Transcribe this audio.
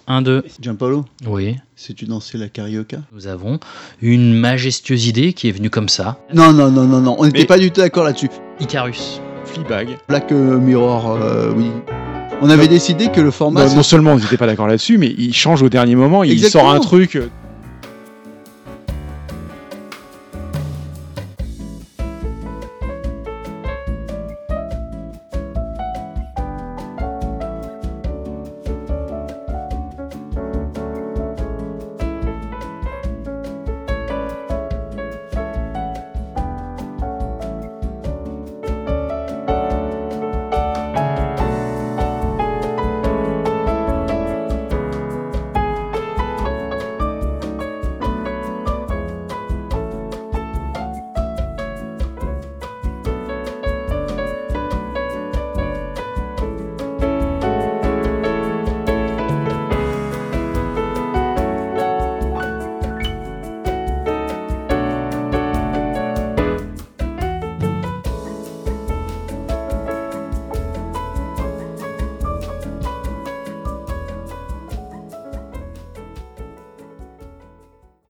1, 2. Gianpaolo, Oui. sais-tu danser la carioca? Nous avons une majestueuse idée qui est venue comme ça. Non, on n'était pas du tout d'accord là-dessus. Icarus. Fleabag. Black Mirror, oui. On avait décidé que le format... Non seulement on n'était pas d'accord là-dessus, mais il change au dernier moment, il Exactement. sort un truc